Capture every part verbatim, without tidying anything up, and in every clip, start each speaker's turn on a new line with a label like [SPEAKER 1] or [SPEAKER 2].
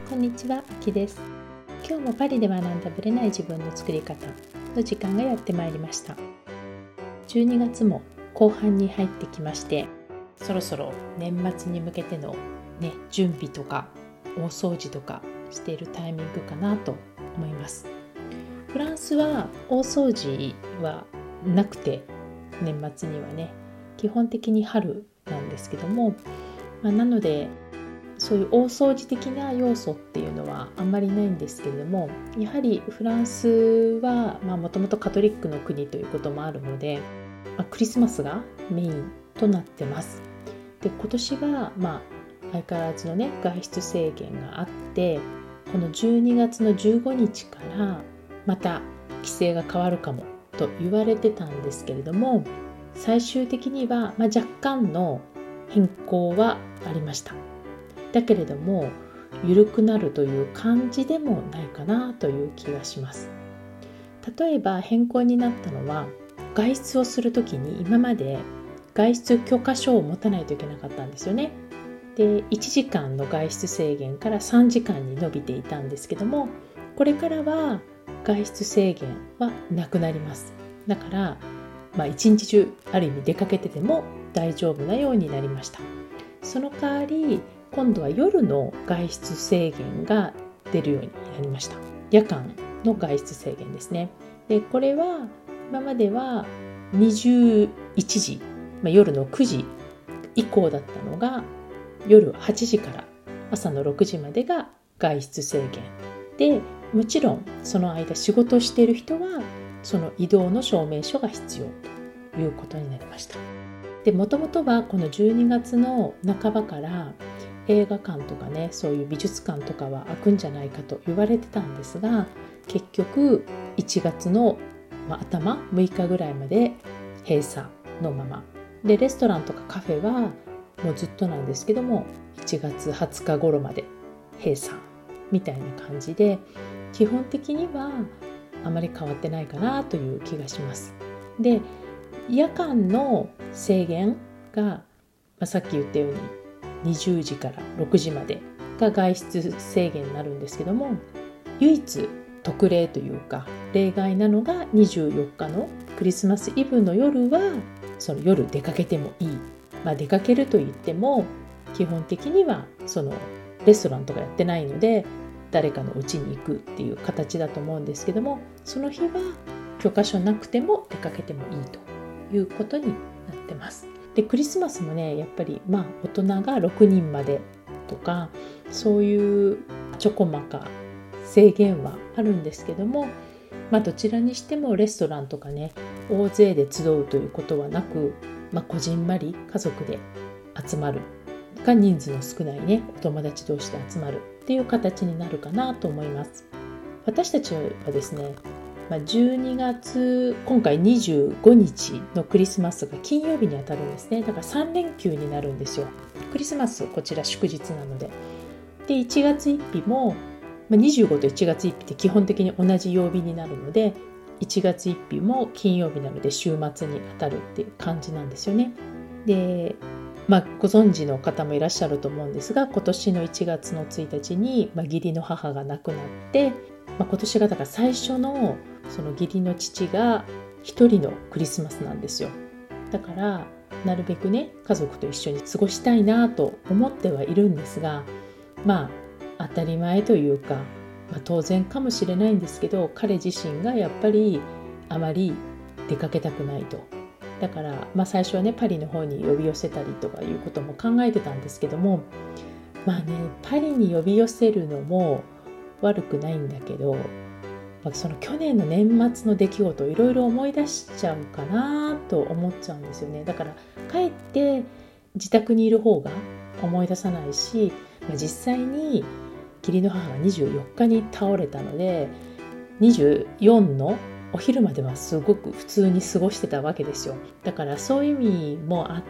[SPEAKER 1] こんにちは、あきです。今日もパリで学んだブレない自分の作り方の時間がやってまいりました。じゅうにがつも後半に入ってきまして、そろそろ年末に向けての、ね、準備とか大掃除とかしているタイミングかなと思います。フランスは大掃除はなくて、年末にはね、基本的に春なんですけども、まあ、なのでそういう大掃除的な要素っていうのはあんまりないんですけれども、やはりフランスはもともとカトリックの国ということもあるので、まあ、クリスマスがメインとなってます。で、今年はまあ相変わらずのね外出制限があって、このじゅうにがつのじゅうごにちからまた規制が変わるかもと言われてたんですけれども、最終的にはまあ若干の変更はありました。だけれども緩くなるという感じでもないかなという気がします。例えば変更になったのは、外出をするときに今まで外出許可証を持たないといけなかったんですよね。で、いちじかんの外出制限からさんじかんに伸びていたんですけども、これからは外出制限はなくなります。だから、まあ、一日中ある意味出かけてても大丈夫なようになりました。その代わり今度は夜の外出制限が出るようになりました。夜間の外出制限ですね。で、これは今まではにじゅういちじ、まあ、夜のくじ以降だったのが、夜はちじから朝のろくじまでが外出制限で、もちろんその間仕事をしている人はその移動の証明書が必要ということになりました。で、もともとはこのじゅうにがつの半ばから映画館とかね、そういう美術館とかは開くんじゃないかと言われてたんですが、結局いちがつの頭むいかぐらいまで閉鎖のままで、レストランとかカフェはもうずっとなんですけどもいちがつはつか頃まで閉鎖みたいな感じで、基本的にはあまり変わってないかなという気がします。で、夜間の制限が、まあ、さっき言ったようににじゅうじからろくじまでが外出制限になるんですけども、唯一特例というか例外なのがにじゅうよっかのクリスマスイブの夜はその夜出かけてもいい、まあ、出かけるといっても基本的にはそのレストランとかやってないので誰かの家に行くっていう形だと思うんですけども、その日は許可証なくても出かけてもいいということになってます。で、クリスマスもね、やっぱりまあ大人がろくにんまでとかそういうちょこまか制限はあるんですけども、まあどちらにしてもレストランとかね大勢で集うということはなく、まあ、こじんまり家族で集まるか人数の少ないねお友達同士で集まるっていう形になるかなと思います。私たちはですね、じゅうにがつ今回にじゅうごにちのクリスマスが金曜日に当たるんですね。だからさんれんきゅうになるんですよ。クリスマスこちら祝日なので。で、いちがつついたちもにじゅうごといちがつついたちって基本的に同じ曜日になるので、いちがつついたちも金曜日なので週末に当たるっていう感じなんですよね。で、まあ、ご存知の方もいらっしゃると思うんですが、今年のいちがつのついたちに、まあ、義理の母が亡くなって、まあ、今年がだから最初のその義理の父が一人のクリスマスなんですよ。だからなるべくね家族と一緒に過ごしたいなと思ってはいるんですが、まあ当たり前というか、まあ、当然かもしれないんですけど、彼自身がやっぱりあまり出かけたくないと。だから、まあ、最初はねパリの方に呼び寄せたりとかいうことも考えてたんですけども、まあねパリに呼び寄せるのも悪くないんだけど、その去年の年末の出来事をいろいろ思い出しちゃうかなと思っちゃうんですよね。だからかえって自宅にいる方が思い出さないし、まあ、実際に義理の母がにじゅうよっかに倒れたので、にじゅうよっかのお昼まではすごく普通に過ごしてたわけですよ。だからそういう意味もあって、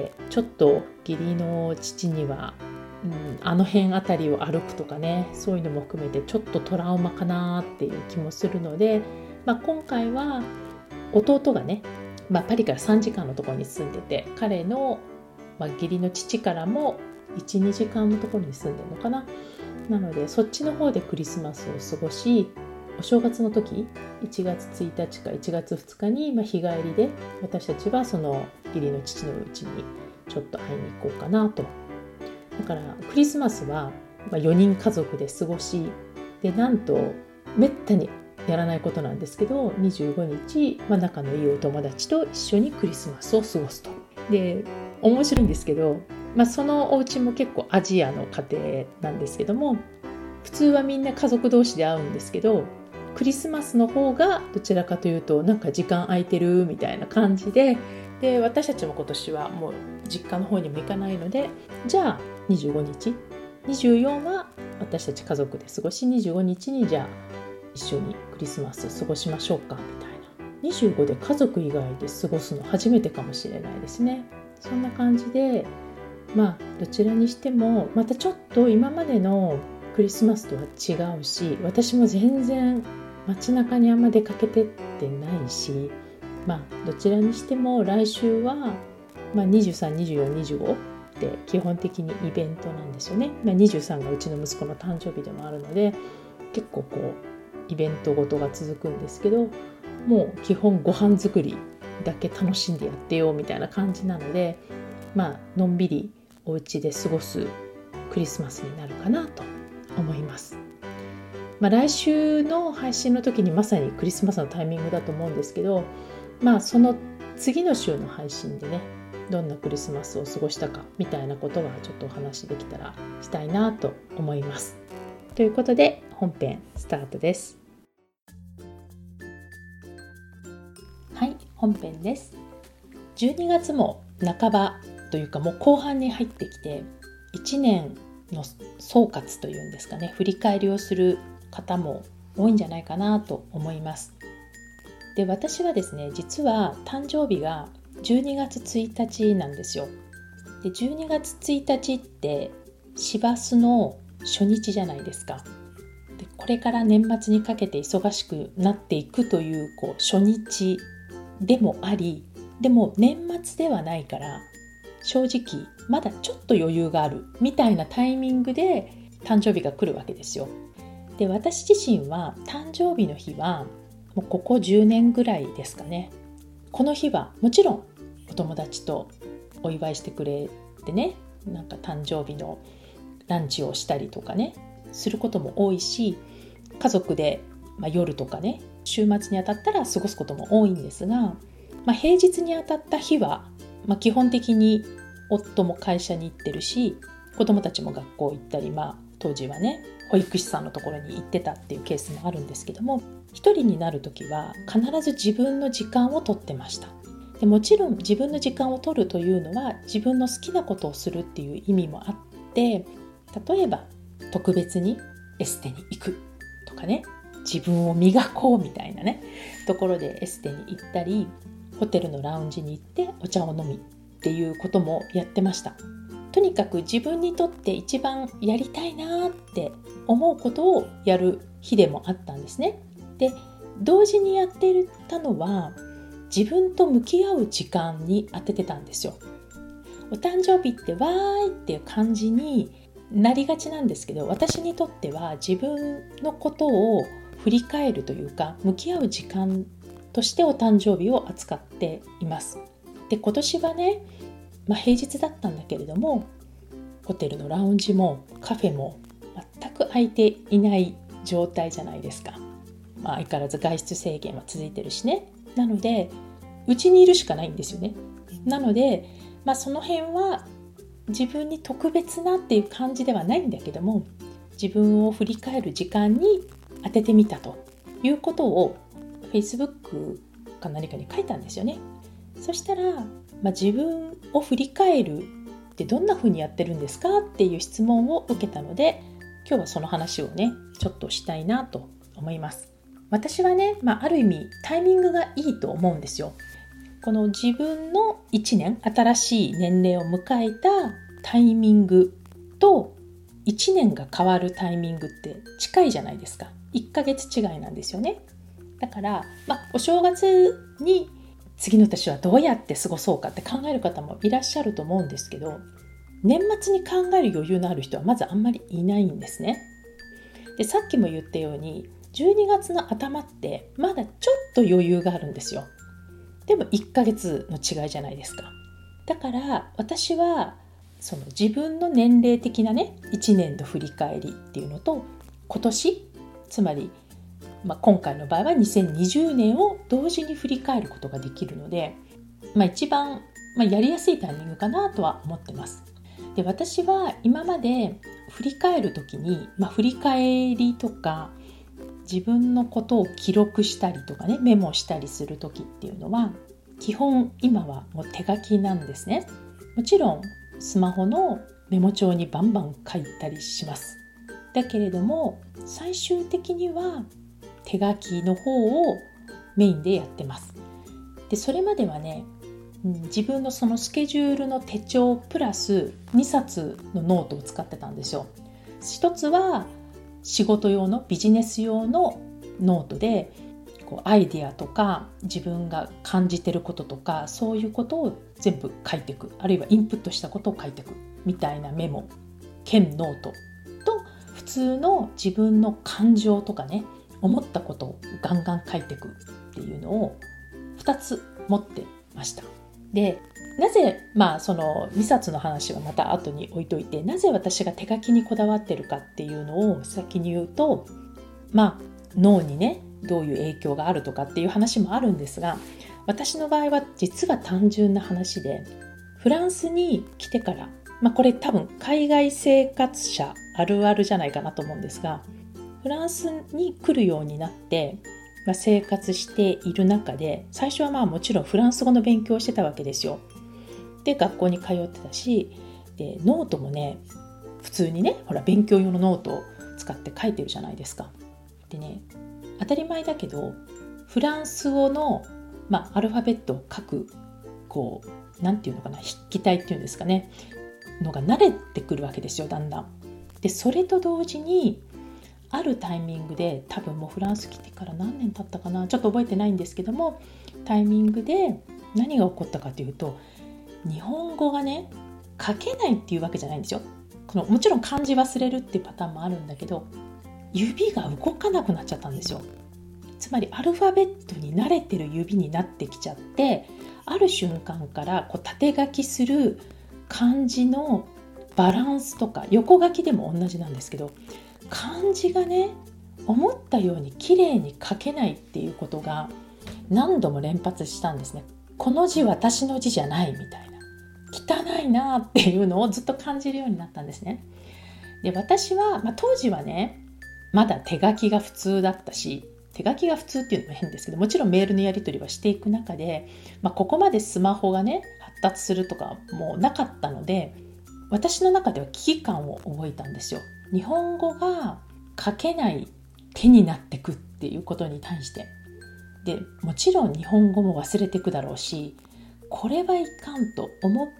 [SPEAKER 1] ちょっと義理の父にはうん、あの辺あたりを歩くとかね、そういうのも含めてちょっとトラウマかなっていう気もするので、まあ、今回は弟がね、まあ、パリからさんじかんのところに住んでて、彼の、まあ、義理の父からもいち、にじかんのところに住んでるのかな。 なのでそっちの方でクリスマスを過ごし、お正月の時いちがつついたちかいちがつふつかに、まあ、日帰りで私たちはその義理の父のうちにちょっと会いに行こうかなと。だからクリスマスはよにん家族で過ごし、でなんとめったにやらないことなんですけど、にじゅうごにち、まあ、仲のいいお友達と一緒にクリスマスを過ごすと。で面白いんですけど、まあ、そのお家も結構アジアの家庭なんですけども、普通はみんな家族同士で会うんですけど、クリスマスの方がどちらかというとなんか時間空いてるみたいな感じで、で私たちも今年はもう実家の方にも行かないので、じゃあにじゅうごにちにじゅうよっかは私たち家族で過ごし、にじゅうごにちにじゃあ一緒にクリスマスを過ごしましょうかみたいな。にじゅうごで家族以外で過ごすの初めてかもしれないですね。そんな感じで、まあどちらにしてもまたちょっと今までのクリスマスとは違うし、私も全然街中にあんま出かけてってないし、まあどちらにしても来週は、まあ、にじゅうさん、にじゅうよん、にじゅうごって基本的にイベントなんですよね。まあ、にじゅうさんがうちの息子の誕生日でもあるので、結構こうイベントごとが続くんですけど、もう基本ご飯作りだけ楽しんでやってよみたいな感じなので、まあのんびりお家で過ごすクリスマスになるかなと思います。まあ、来週の配信の時にまさにクリスマスのタイミングだと思うんですけど、まあその次の週の配信でね、どんなクリスマスを過ごしたかみたいなことはちょっとお話できたらしたいなと思います。ということで本編スタートです。はい、本編です。じゅうにがつも半ばというかもう後半に入ってきて、いちねんの総括というんですかね、振り返りをする方も多いんじゃないかなと思います。で、私はですね、実は誕生日がじゅうにがつついたちなんですよ。で、じゅうにがつついたちって師走の初日じゃないですか。で、これから年末にかけて忙しくなっていくという、こう初日でもあり、でも年末ではないから正直まだちょっと余裕があるみたいなタイミングで誕生日が来るわけですよ。で、私自身は誕生日の日はもうここじゅうねんぐらいですかね。この日はもちろんお友達とお祝いしてくれてね、なんか誕生日のランチをしたりとかねすることも多いし、家族で、まあ、夜とかね週末にあたったら過ごすことも多いんですが、まあ、平日にあたった日は、まあ、基本的に夫も会社に行ってるし、子供たちも学校行ったり、まあ、当時はね保育士さんのところに行ってたっていうケースもあるんですけども、一人になるときは必ず自分の時間を取ってました。でもちろん自分の時間を取るというのは自分の好きなことをするっていう意味もあって、例えば特別にエステに行くとかね、自分を磨こうみたいなねところでエステに行ったり、ホテルのラウンジに行ってお茶を飲みっていうこともやってました。とにかく自分にとって一番やりたいなって思うことをやる日でもあったんですね。で、同時にやっていたのは自分と向き合う時間に当ててたんですよ。お誕生日ってわーいっていう感じになりがちなんですけど、私にとっては自分のことを振り返るというか向き合う時間としてお誕生日を扱っています。で、今年はね、まあ、平日だったんだけれども、ホテルのラウンジもカフェも全く空いていない状態じゃないですか。まあ、相変わらず外出制限は続いてるしね。なのでうちにいるしかないんですよね。なので、まあ、その辺は自分に特別なっていう感じではないんだけども、自分を振り返る時間に当ててみたということを Facebook か何かに書いたんですよね。そしたら、まあ、自分を振り返るってどんな風にやってるんですかっていう質問を受けたので、今日はその話をねちょっとしたいなと思います。私はね、まあ、ある意味タイミングがいいと思うんですよ。この自分のいちねん、新しい年齢を迎えたタイミングといちねんが変わるタイミングって近いじゃないですか。いっかげつ違いなんですよね。だから、まあ、お正月に次の年はどうやって過ごそうかって考える方もいらっしゃると思うんですけど、年末に考える余裕のある人はまずあんまりいないんですね。 でさっきも言ったようにじゅうにがつの頭ってまだちょっと余裕があるんですよ。でもいっかげつの違いじゃないですか。だから私はその自分の年齢的なねいちねんの振り返りっていうのと、今年つまり、まあ、今回の場合はにせんにじゅうねんを同時に振り返ることができるので、まあ、一番、まあ、やりやすいタイミングかなとは思ってます。で私は今まで振り返るときに、まあ、振り返りとか自分のことを記録したりとかねメモしたりするときっていうのは基本今はもう手書きなんですね。もちろんスマホのメモ帳にバンバン書いたりします。だけれども最終的には手書きの方をメインでやってます。でそれまではね、自分のそのスケジュールの手帳プラスにさつのノートを使ってたんですよ。一つは仕事用のビジネス用のノートでこうアイデアとか自分が感じてることとかそういうことを全部書いていく、あるいはインプットしたことを書いていくみたいなメモ兼ノートと、普通の自分の感情とかね思ったことをガンガン書いていくっていうのをふたつ持ってました。でなぜ、まあそのにさつの話はまた後に置いといて、なぜ私が手書きにこだわってるかっていうのを先に言うと、まあ脳にねどういう影響があるとかっていう話もあるんですが、私の場合は実は単純な話で、フランスに来てから、まあこれ多分海外生活者あるあるじゃないかなと思うんですが、フランスに来るようになってまあ、生活している中で、最初はまあもちろんフランス語の勉強をしてたわけですよ。で学校に通ってたし、でノートもね普通にねほら勉強用のノートを使って書いてるじゃないですか。でね当たり前だけどフランス語の、まあ、アルファベットを書くこうなんていうのかな筆記体っていうんですかねのが慣れてくるわけですよ、だんだん。でそれと同時にあるタイミングで、多分もうフランス来てから何年経ったかなちょっと覚えてないんですけども、タイミングで何が起こったかというと、日本語がね書けないっていうわけじゃないんですよ。このもちろん漢字忘れるっていうパターンもあるんだけど、指が動かなくなっちゃったんですよ。つまりアルファベットに慣れてる指になってきちゃって、ある瞬間からこう縦書きする漢字のバランスとか、横書きでも同じなんですけど、漢字がね思ったように綺麗に書けないっていうことが何度も連発したんですね。この字私の字じゃないみたいな、汚いなっていうのをずっと感じるようになったんですね。で私は、まあ、当時はねまだ手書きが普通だったし、手書きが普通っていうのも変ですけど、もちろんメールのやり取りはしていく中で、まあ、ここまでスマホがね発達するとかもうなかったので、私の中では危機感を覚えたんですよ。日本語が書けない手になってくっていうことに対して。でもちろん日本語も忘れてくだろうし、これはいかんと思って、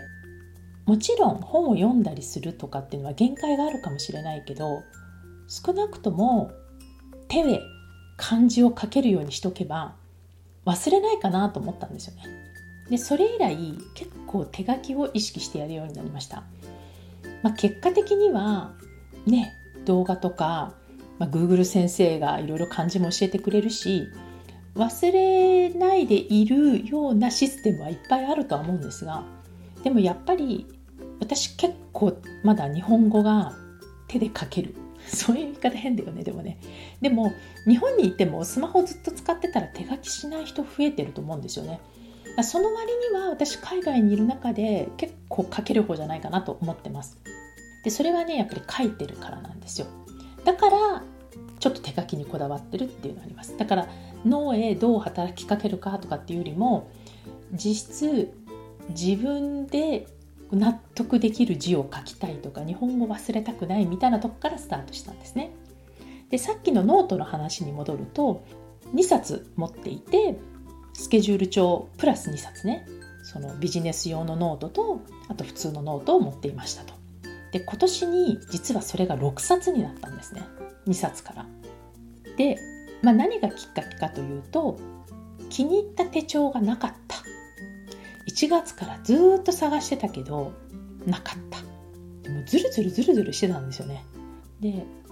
[SPEAKER 1] もちろん本を読んだりするとかっていうのは限界があるかもしれないけど、少なくとも手で漢字を書けるようにしとけば忘れないかなと思ったんですよね。でそれ以来結構手書きを意識してやるようになりました。まあ、結果的にはね動画とか、まあ、Google 先生がいろいろ漢字も教えてくれるし、忘れないでいるようなシステムはいっぱいあるとは思うんですが、でもやっぱり私結構まだ日本語が手で書ける、そういう言い方変だよね。でもねでも日本にいてもスマホずっと使ってたら手書きしない人増えてると思うんですよね。その割には私海外にいる中で結構書ける方じゃないかなと思ってます。でそれはねやっぱり書いてるからなんですよ。だからちょっと手書きにこだわってるっていうのがあります。だから脳へどう働きかけるかとかっていうよりも、実質自分で納得できる字を書きたいとか、日本語忘れたくないみたいなとこからスタートしたんですね。でさっきのノートの話に戻ると、にさつ持っていて、スケジュール帳プラスにさつね、そのビジネス用のノートとあと普通のノートを持っていましたと。で今年に実はそれがろくさつになったんですね、にさつから。で、まあ、何がきっかけかというと、気に入った手帳がなかった。いちがつからずっと探してたけどなかった。でもずるずるずるずるしてたんですよね。で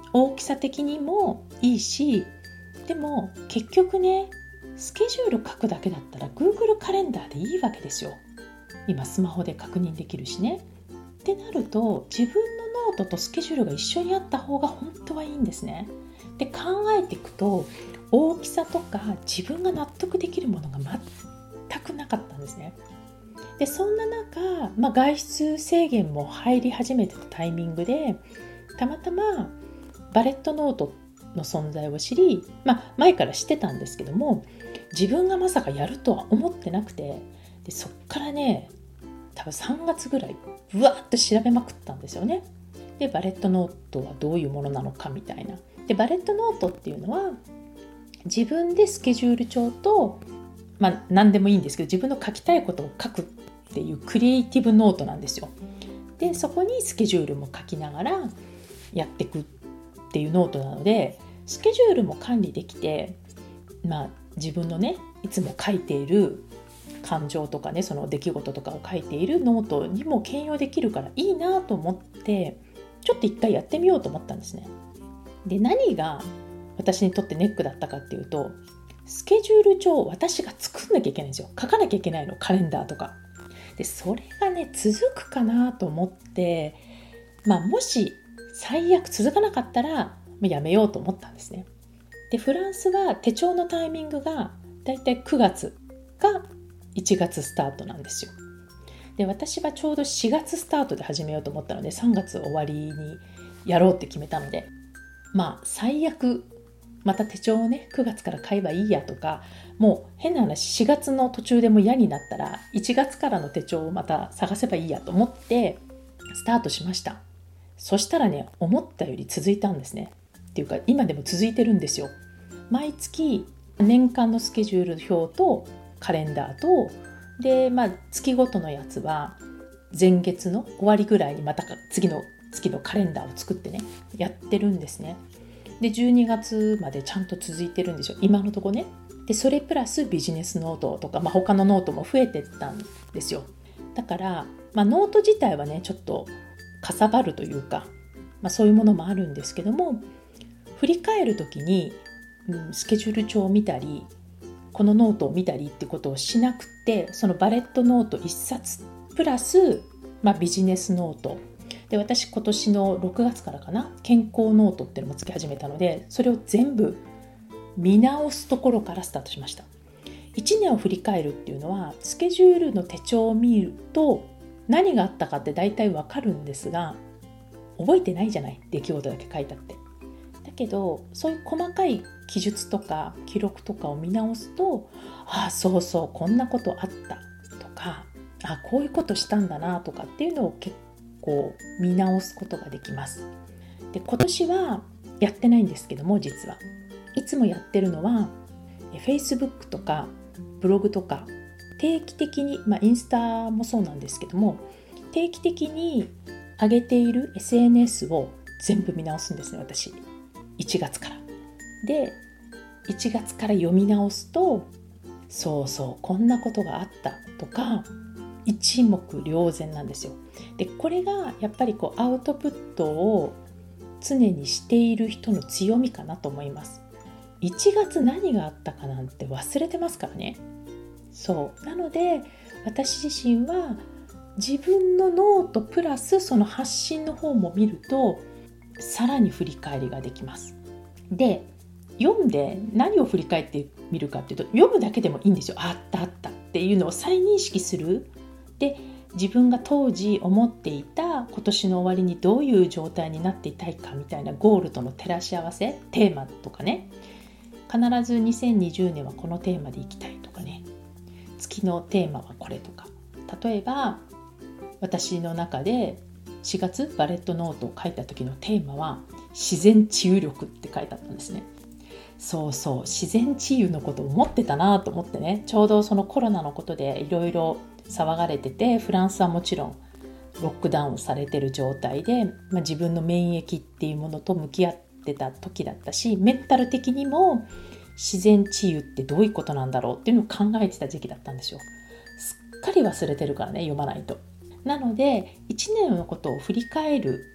[SPEAKER 1] 大きさ的にもいいし、でも結局ね、スケジュール書くだけだったら Google カレンダーでいいわけですよ。今スマホで確認できるしね。ってなると、自分のノートとスケジュールが一緒にあった方が本当はいいんですね。で、考えていくと、大きさとか自分が納得できるものが全くなかったんですね。で、そんな中、まあ、外出制限も入り始めてたタイミングで、たまたまバレットノートの存在を知り、まあ、前から知ってたんですけども、自分がまさかやるとは思ってなくて、でそっからね、多分さんがつぐらいぶわーっと調べまくったんですよね。で、バレットノートはどういうものなのかみたいな。で、バレットノートっていうのは、自分でスケジュール帳と、まあ何でもいいんですけど、自分の書きたいことを書くっていうクリエイティブノートなんですよ。で、そこにスケジュールも書きながらやっていくっていうノートなので、スケジュールも管理できて、まあ自分のね、いつも書いている感情とかね、その出来事とかを書いているノートにも兼用できるからいいなと思って、ちょっと一回やってみようと思ったんですね。で、何が私にとってネックだったかっていうと、スケジュール帳を私が作んなきゃいけないんですよ。書かなきゃいけないの、カレンダーとか。で、それがね、続くかなと思って、まあもし最悪続かなかったらやめようと思ったんですね。で、フランスは手帳のタイミングがだいたいくがつかいちがつスタートなんですよ。で、私はちょうどしがつスタートで始めようと思ったので、さんがつ終わりにやろうって決めたので、まあ最悪また手帳をね、くがつから買えばいいやとか、もう変な話、しがつの途中でも嫌になったらいちがつからの手帳をまた探せばいいやと思ってスタートしました。そしたらね、思ったより続いたんですね。っていうか、今でも続いてるんですよ。毎月年間のスケジュール表とカレンダーと、で、まあ月ごとのやつは前月の終わりぐらいにまた次の月のカレンダーを作ってね、やってるんですね。で、じゅうにがつまでちゃんと続いてるんですよ、今のとこね。で、それプラスビジネスノートとか、まあ、他のノートも増えてったんですよ。だから、まあ、ノート自体はね、ちょっとかさばるというか、まあ、そういうものもあるんですけども、振り返るときに、うん、スケジュール帳を見たり、このノートを見たりってことをしなくて、そのバレットノートいっさつプラス、まあ、ビジネスノートで、私今年のろくがつからかな、健康ノートっていうのもつけ始めたので、それを全部見直すところからスタートしました。いちねんを振り返るっていうのは、スケジュールの手帳を見ると何があったかって大体わかるんですが、覚えてないじゃない、出来事だけ書いたって。だけど、そういう細かい記述とか記録とかを見直すと、ああそうそう、こんなことあったとか、あこういうことしたんだなとかっていうのを結構見直すことができます。で、今年はやってないんですけども、実はいつもやってるのは Facebook とかブログとか、定期的に、まあ、インスタもそうなんですけども、定期的に上げている エスエヌエス を全部見直すんですね、私。いちがつから。で、いちがつから読み直すと、そうそう、こんなことがあったとか、一目瞭然なんですよ。で、これがやっぱりこうアウトプットを常にしている人の強みかなと思います。いちがつ何があったかなんて忘れてますからね。そうなので、私自身は自分のノートプラスその発信の方も見ると、さらに振り返りができます。で、読んで何を振り返ってみるかっていうと、読むだけでもいいんですよ。あったあったっていうのを再認識する。で、自分が当時思っていた今年の終わりにどういう状態になっていたいかみたいなゴールとの照らし合わせ、テーマとかね、必ずにせんにじゅうねんはこのテーマでいきたいとかね、月のテーマはこれとか。例えば私の中でしがつバレットノートを書いた時のテーマは自然治癒力って書いてあったんですね。そうそう、自然治癒のことを思ってたなと思ってね、ちょうどそのコロナのことでいろいろ騒がれてて、フランスはもちろんロックダウンされてる状態で、まあ、自分の免疫っていうものと向き合ってた時だったし、メンタル的にも自然治癒ってどういうことなんだろうっていうのを考えてた時期だったんですよ。すっかり忘れてるからね、読まないと。なのでいちねんのことを振り返る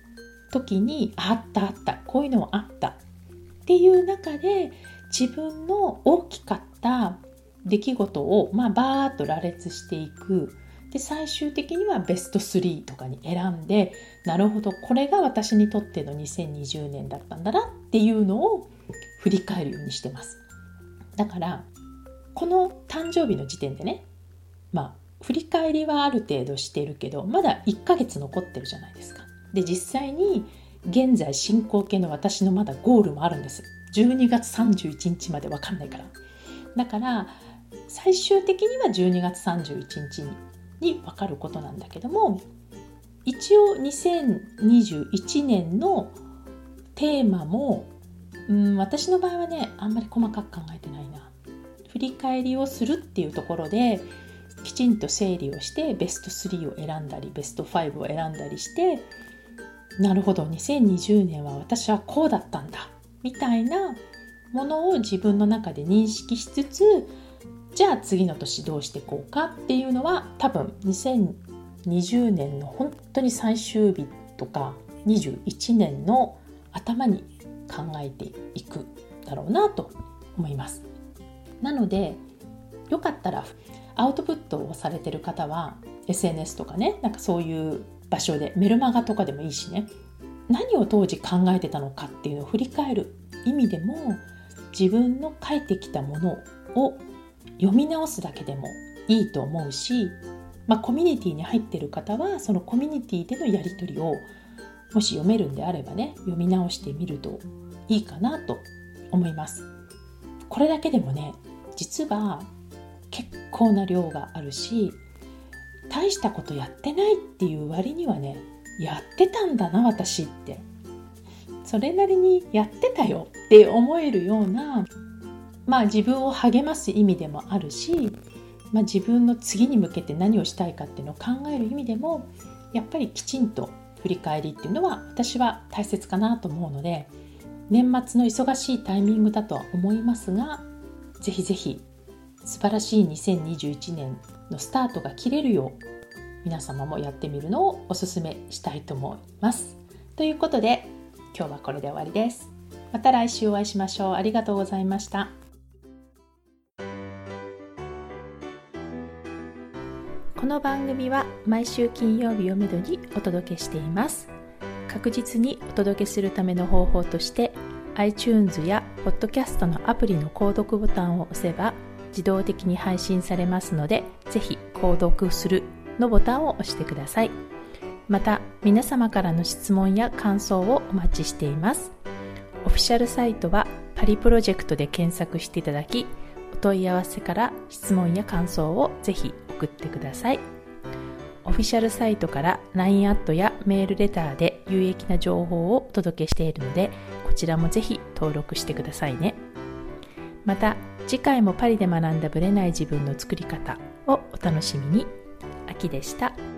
[SPEAKER 1] 時にあったあったこういうのもあったっていう中で自分の大きかった出来事をまあバーッと羅列していく。で最終的にはベストスリーとかに選んで、なるほどこれが私にとってのにせんにじゅうねんだったんだなっていうのを振り返るようにしてます。だからこの誕生日の時点でね、まあ振り返りはある程度してるけどまだいっかげつ残ってるじゃないですか。で実際に現在進行形の私のまだゴールもあるんです。じゅうにがつさんじゅういちにちまで分かんないから。だから最終的にはじゅうにがつさんじゅういちにちにに分かることなんだけども、一応にせんにじゅういちねんのテーマも、うん、私の場合はねあんまり細かく考えてないな。振り返りをするっていうところできちんと整理をしてベストスリーを選んだりベストファイブを選んだりして、なるほどにせんにじゅうねんは私はこうだったんだみたいなものを自分の中で認識しつつ、じゃあ次の年どうしていこうかっていうのは多分にせんにじゅうねんの本当に最終日とかにじゅういちねんの頭に考えていくだろうなと思います。なのでよかったらアウトプットをされてる方は エスエヌエス とかね、なんかそういう場所でメルマガとかでもいいしね、何を当時考えてたのかっていうのを振り返る意味でも自分の書いてきたものを読み直すだけでもいいと思うし、まあ、コミュニティに入っている方はそのコミュニティでのやり取りをもし読めるんであればね読み直してみるといいかなと思います。これだけでもね実は結構な量があるし、大したことやってないっていう割にはねやってたんだな私って、それなりにやってたよって思えるような、まあ自分を励ます意味でもあるし、まあ、自分の次に向けて何をしたいかっていうのを考える意味でもやっぱりきちんと振り返りっていうのは私は大切かなと思うので、年末の忙しいタイミングだとは思いますが、ぜひぜひ素晴らしいにせんにじゅういちねんのスタートが切れるよう皆様もやってみるのをお勧めしたいと思います。ということで今日はこれで終わりです。また来週お会いしましょう。ありがとうございました。この番組は毎週金曜日をめどにお届けしています。確実にお届けするための方法として iTunes や Podcast のアプリの購読ボタンを押せば自動的に配信されますので、ぜひ購読するのボタンを押してください。また皆様からの質問や感想をお待ちしています。オフィシャルサイトはパリプロジェクトで検索していただき、お問い合わせから質問や感想をぜひ送ってください。オフィシャルサイトから ライン アットやメールレターで有益な情報をお届けしているので、こちらもぜひ登録してくださいね。また次回もパリで学んだブレない自分の作り方をお楽しみに。あきでした。